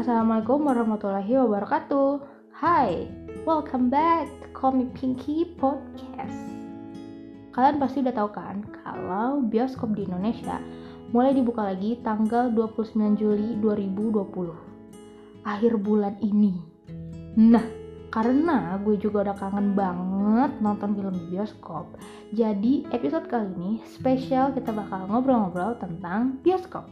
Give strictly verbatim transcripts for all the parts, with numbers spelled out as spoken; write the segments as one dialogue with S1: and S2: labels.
S1: Assalamualaikum warahmatullahi wabarakatuh. Hai, welcome back to Call Me Pinky Podcast. Kalian pasti udah tahu kan kalau bioskop di Indonesia mulai dibuka lagi tanggal dua puluh sembilan Juli dua ribu dua puluh, akhir bulan ini. Nah, karena gue juga udah kangen banget nonton film di bioskop, jadi episode kali ini spesial, kita bakal ngobrol-ngobrol tentang bioskop.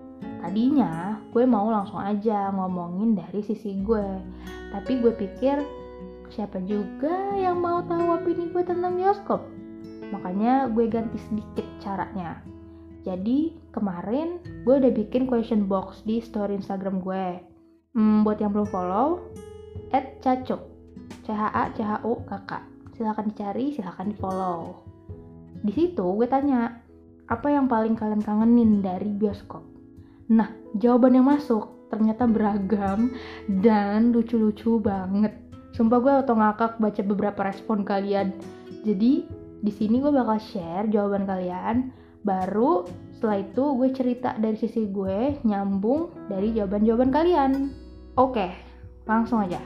S1: Tadinya gue mau langsung aja ngomongin dari sisi gue, tapi gue pikir siapa juga yang mau tahu opini gue tentang bioskop. Makanya gue ganti sedikit caranya. Jadi kemarin gue udah bikin question box di story Instagram gue. Hmm, buat yang belum follow, et cacuk, C H A C H U K K. Silahkan dicari, silahkan di follow. Di situ gue tanya, apa yang paling kalian kangenin dari bioskop? Nah, jawaban yang masuk ternyata beragam dan lucu-lucu banget. Sumpah gue auto ngakak baca beberapa respon kalian. Jadi di sini gue bakal share jawaban kalian. Baru setelah itu gue cerita dari sisi gue, nyambung dari jawaban-jawaban kalian. Oke, langsung aja.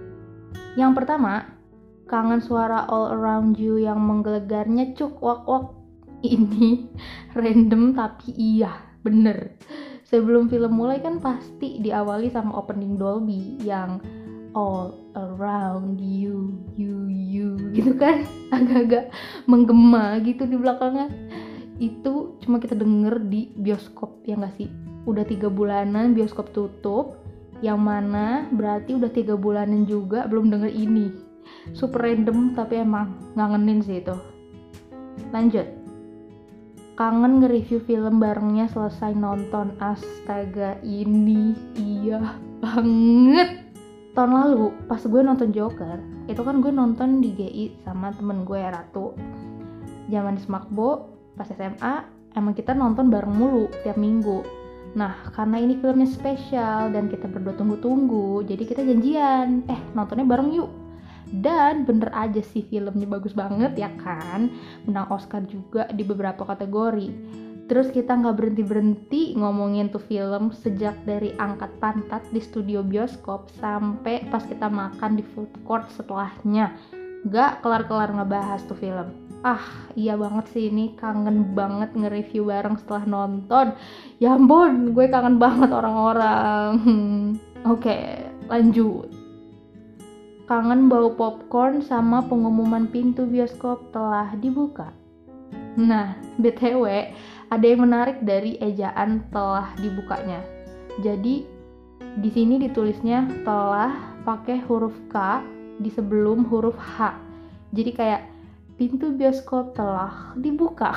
S1: Yang pertama, kangen suara All Around You yang menggelegarnya cuk wak wak. Ini random tapi iya, bener. Sebelum film mulai kan pasti diawali sama opening Dolby yang all around you, you, you gitu kan, agak-agak menggema gitu di belakangnya. Itu cuma kita denger di bioskop, ya nggak sih? Udah tiga bulanan bioskop tutup, yang mana berarti udah tiga bulanan juga belum denger ini. Super random tapi emang ngangenin sih itu. Lanjut. Kangen nge-review film barengnya selesai nonton. Astaga, ini iya banget. Tahun lalu pas gue nonton Joker, itu kan gue nonton di G I sama temen gue Ratu. Zaman di Smakbo pas S M A emang kita nonton bareng mulu tiap minggu. Nah, karena ini filmnya spesial dan kita berdua tunggu-tunggu, jadi kita janjian, eh nontonnya bareng yuk. Dan bener aja sih, filmnya bagus banget ya kan, menang Oscar juga di beberapa kategori. Terus kita gak berhenti-berhenti ngomongin tuh film sejak dari angkat pantat di studio bioskop sampai pas kita makan di food court setelahnya. Gak kelar-kelar ngebahas tuh film. Ah iya banget sih, ini kangen banget nge-review bareng setelah nonton. Ya ampun, gue kangen banget orang-orang. Oke, lanjut. Kangen bau popcorn sama pengumuman pintu bioskop telah dibuka. Nah, B T W ada yang menarik dari ejaan telah dibukanya. Jadi di sini ditulisnya telah pakai huruf K di sebelum huruf H. Jadi kayak pintu bioskop telah dibuka.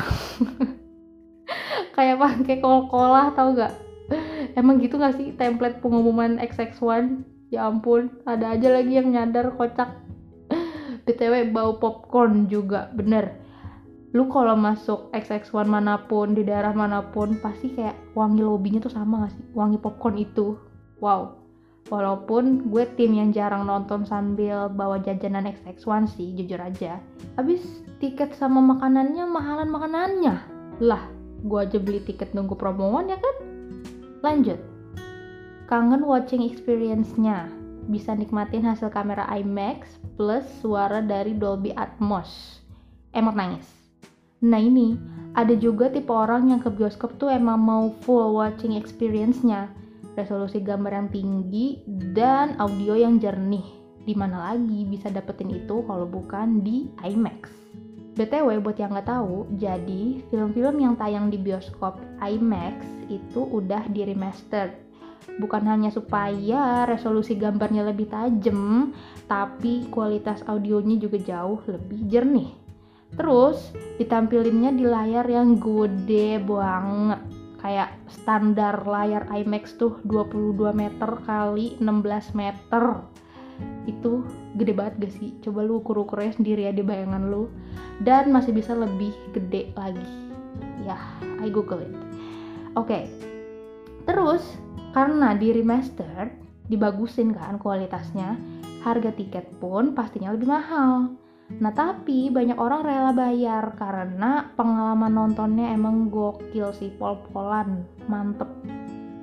S1: Kayak pakai kol-kolah, tau gak? Emang gitu gak sih template pengumuman X X one? Ya ampun, ada aja lagi yang nyadar, kocak. B T W bau popcorn juga, bener. Lu kalau masuk X X one manapun, di daerah manapun, pasti kayak wangi lobbynya tuh sama gak sih? Wangi popcorn itu. Wow. Walaupun gue tim yang jarang nonton sambil bawa jajanan X X one sih, jujur aja. Habis tiket sama makanannya mahalan makanannya. Lah, gue aja beli tiket nunggu promoan ya kan? Lanjut. Kangen watching experience-nya, bisa nikmatin hasil kamera IMAX plus suara dari Dolby Atmos. Emot nangis. Nah ini, ada juga tipe orang yang ke bioskop tuh emang mau full watching experience-nya, resolusi gambar yang tinggi dan audio yang jernih. Dimana lagi bisa dapetin itu kalau bukan di IMAX. B T W buat yang nggak tahu, jadi film-film yang tayang di bioskop IMAX itu udah di remastered. Bukan hanya supaya resolusi gambarnya lebih tajam, tapi kualitas audionya juga jauh lebih jernih. Terus ditampilinnya di layar yang gede banget, kayak standar layar IMAX tuh dua puluh dua meter kali enam belas meter. Itu gede banget gak sih? Coba lu ukur-ukurnya sendiri ya di bayangan lu. Dan masih bisa lebih gede lagi. Ya, I google it. Oke. Okay. Terus karena di remaster, dibagusin kan kualitasnya, harga tiket pun pastinya lebih mahal. Nah tapi banyak orang rela bayar karena pengalaman nontonnya emang gokil sih, pol-polan, mantep.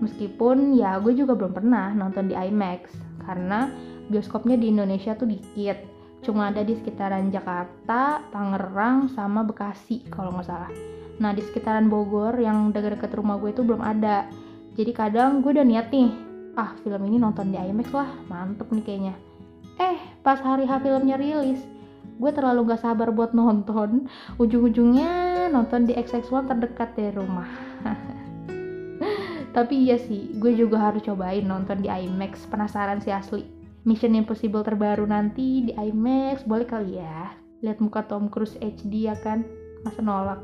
S1: Meskipun ya gue juga belum pernah nonton di IMAX karena bioskopnya di Indonesia tuh dikit. Cuma ada di sekitaran Jakarta, Tangerang, sama Bekasi kalau nggak salah. Nah di sekitaran Bogor yang dekat-dekat rumah gue itu belum ada. Jadi kadang gue udah niat nih, ah film ini nonton di IMAX lah, mantep nih kayaknya. Eh pas hari H filmnya rilis, gue terlalu gak sabar buat nonton. Ujung-ujungnya nonton di X X one terdekat dari rumah. Tapi iya sih, gue juga harus cobain nonton di IMAX, penasaran sih asli. Mission Impossible terbaru nanti di IMAX, boleh kali ya? Lihat muka Tom Cruise H D ya kan? Masa nolak?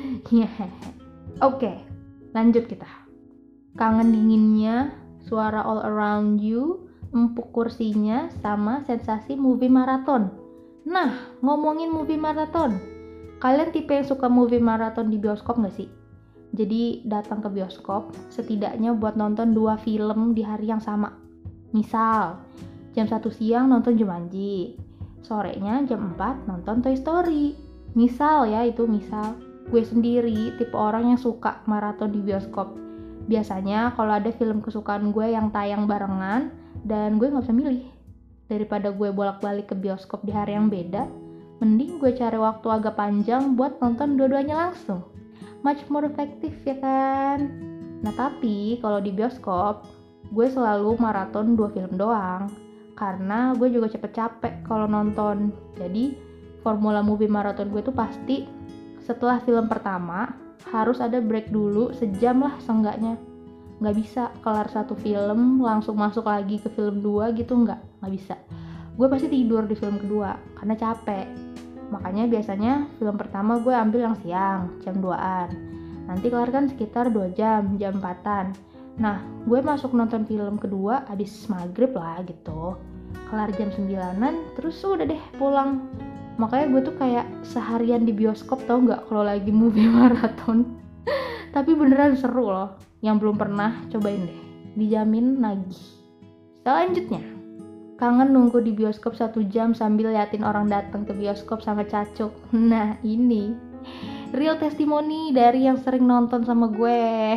S1: Oke, lanjut kita. Kangen dinginnya, suara all around you, empuk kursinya, sama sensasi movie marathon. Nah, ngomongin movie marathon, kalian tipe yang suka movie marathon di bioskop gak sih? Jadi datang ke bioskop setidaknya buat nonton dua film di hari yang sama. Misal, jam satu siang nonton Jumanji, sorenya jam empat nonton Toy Story. Misal ya, itu misal. Gue sendiri tipe orang yang suka maraton di bioskop. Biasanya kalau ada film kesukaan gue yang tayang barengan dan gue gak bisa milih, daripada gue bolak-balik ke bioskop di hari yang beda, mending gue cari waktu agak panjang buat nonton dua-duanya langsung. Much more effective ya kan? Nah tapi kalau di bioskop, gue selalu maraton dua film doang, karena gue juga cepet capek kalau nonton. Jadi formula movie maraton gue tuh pasti setelah film pertama harus ada break dulu sejam lah seenggaknya. Nggak bisa kelar satu film langsung masuk lagi ke film dua gitu, nggak, nggak bisa. Gue pasti tidur di film kedua karena capek. Makanya biasanya film pertama gue ambil yang siang, jam duaan. Nanti kelar kan sekitar dua jam, jam empatan. Nah, gue masuk nonton film kedua abis maghrib lah gitu. Kelar jam sembilanan, terus udah deh pulang. Makanya gue tuh kayak seharian di bioskop, tau nggak kalau lagi movie maraton. Tapi beneran seru loh. Yang belum pernah, cobain deh. Dijamin nagih. Selanjutnya, kangen nunggu di bioskop satu jam sambil liatin orang datang ke bioskop sama cacuk. Nah ini real testimoni dari yang sering nonton sama gue.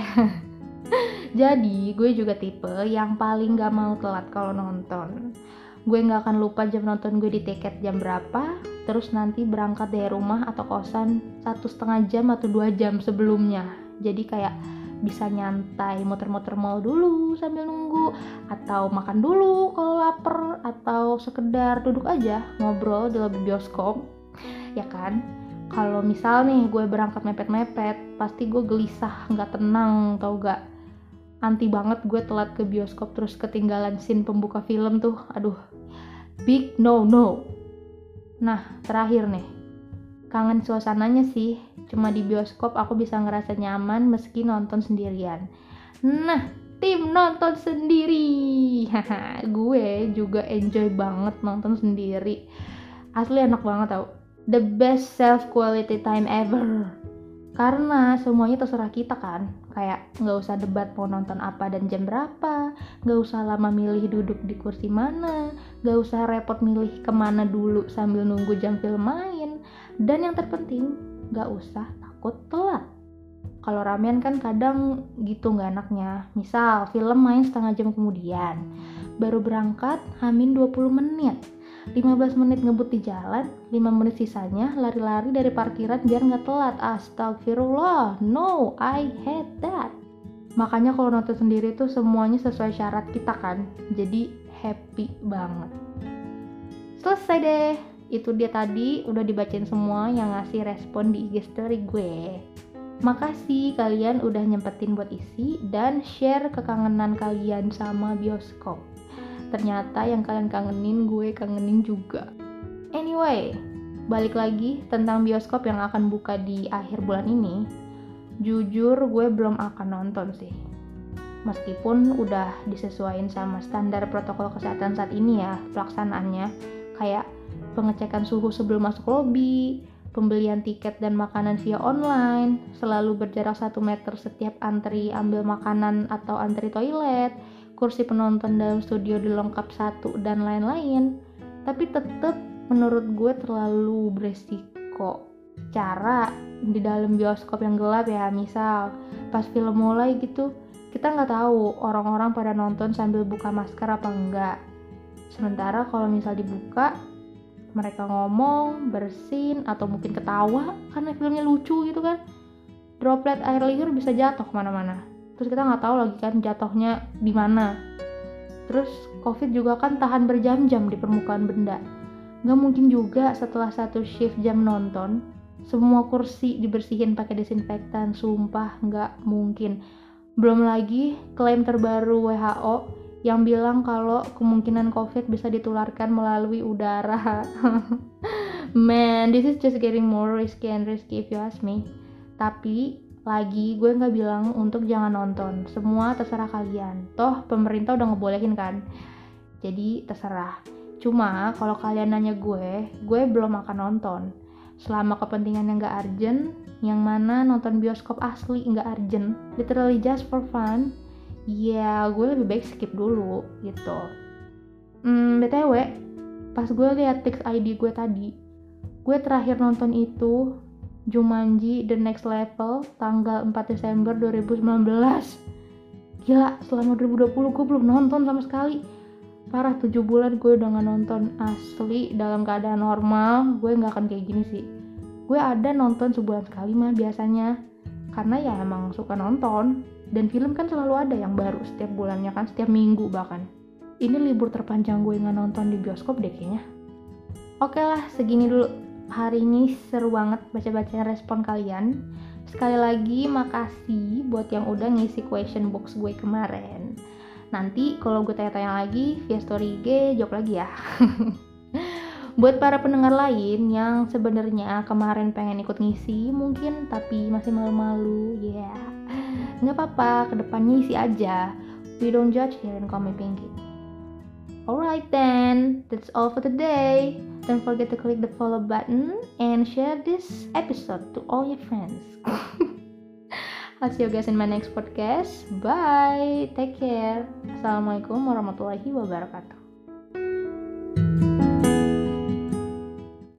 S1: Jadi gue juga tipe yang paling gak mau telat kalau nonton. Gue gak akan lupa jam nonton gue di tiket jam berapa, terus nanti berangkat dari rumah atau kosan satu setengah jam atau dua jam sebelumnya. Jadi kayak bisa nyantai muter-muter mall dulu sambil nunggu, atau makan dulu kalau lapar, atau sekedar duduk aja ngobrol di lobi bioskop, ya kan? Kalau misal nih gue berangkat mepet-mepet, pasti gue gelisah, nggak tenang, tau gak? Anti banget gue telat ke bioskop terus ketinggalan scene pembuka film tuh, aduh, big no no. Nah terakhir nih, kangen suasananya sih. Cuma di bioskop aku bisa ngerasa nyaman meski nonton sendirian. Nah, tim nonton sendiri. Gue juga enjoy banget nonton sendiri. Asli enak banget tau. The best self quality time ever. Karena semuanya terserah kita kan. Kayak gak usah debat mau nonton apa dan jam berapa, gak usah lama milih duduk di kursi mana, gak usah repot milih kemana dulu sambil nunggu jam film main. Dan yang terpenting, gak usah takut telat. Kalau ramean kan kadang gitu gak enaknya. Misal film main setengah jam kemudian, baru berangkat hamin dua puluh menit, lima belas menit ngebut di jalan, lima menit sisanya lari-lari dari parkiran biar gak telat. Astagfirullah, no, I hate that. Makanya kalau nonton sendiri tuh semuanya sesuai syarat kita kan, jadi happy banget. Selesai deh. Itu dia tadi udah dibacain semua yang ngasih respon di I G story gue. Makasih kalian udah nyempetin buat isi dan share kekangenan kalian sama bioskop. Ternyata yang kalian kangenin gue kangenin juga. Anyway, balik lagi tentang bioskop yang akan buka di akhir bulan ini. Jujur gue belum akan nonton sih. Meskipun udah disesuaikan sama standar protokol kesehatan saat ini ya pelaksanaannya, kayak pengecekan suhu sebelum masuk lobi, pembelian tiket dan makanan via online, selalu berjarak satu meter setiap antri ambil makanan atau antri toilet, kursi penonton dalam studio dilengkap satu, dan lain-lain. Tapi tetap menurut gue terlalu beresiko. Cara di dalam bioskop yang gelap ya, misal pas film mulai gitu, kita nggak tahu orang-orang pada nonton sambil buka masker apa enggak. Sementara kalau misal dibuka, mereka ngomong, bersin, atau mungkin ketawa karena filmnya lucu gitu kan. Droplet air liur bisa jatuh kemana-mana. Terus kita nggak tahu lagi kan jatuhnya di mana. Terus COVID juga kan tahan berjam-jam di permukaan benda. Nggak mungkin juga setelah satu shift jam nonton, semua kursi dibersihin pakai desinfektan. Sumpah nggak mungkin. Belum lagi klaim terbaru W H O yang bilang kalau kemungkinan COVID bisa ditularkan melalui udara. Man, this is just getting more risky and risky if you ask me. Tapi lagi gue nggak bilang untuk jangan nonton, semua terserah kalian. Toh pemerintah udah ngebolehin kan, jadi terserah. Cuma kalau kalian nanya gue, gue belum akan nonton selama kepentingannya nggak urgent. Yang mana nonton bioskop asli nggak urgent, literally just for fun. Ya gue lebih baik skip dulu gitu. Hmm, B T W, pas gue liat Tix I D gue tadi, gue terakhir nonton itu Jumanji The Next Level tanggal empat Desember dua ribu sembilan belas. Gila, selama dua ribu dua puluh gue belum nonton sama sekali. Parah, tujuh bulan gue udah gak nonton. Asli, dalam keadaan normal gue gak akan kayak gini sih. Gue ada nonton sebulan sekali mah biasanya, karena ya emang suka nonton. Dan film kan selalu ada yang baru setiap bulannya kan, setiap minggu bahkan. Ini libur terpanjang gue gak nonton di bioskop deh kayaknya. Oke lah, segini dulu. Hari ini seru banget baca-baca respon kalian. Sekali lagi makasih buat yang udah ngisi question box gue kemarin. Nanti kalau gue tanya-tanya lagi via story I G, jawab lagi ya. Buat para pendengar lain yang sebenarnya kemarin pengen ikut ngisi mungkin tapi masih malu-malu, ya yeah. Nggak apa-apa, kedepannya isi aja. We don't judge here in Call Me Pinky. Alright then, that's all for today. Don't forget to click the follow button and share this episode to all your friends. I'll see you guys in my next podcast. Bye. Take care. Assalamualaikum warahmatullahi wabarakatuh.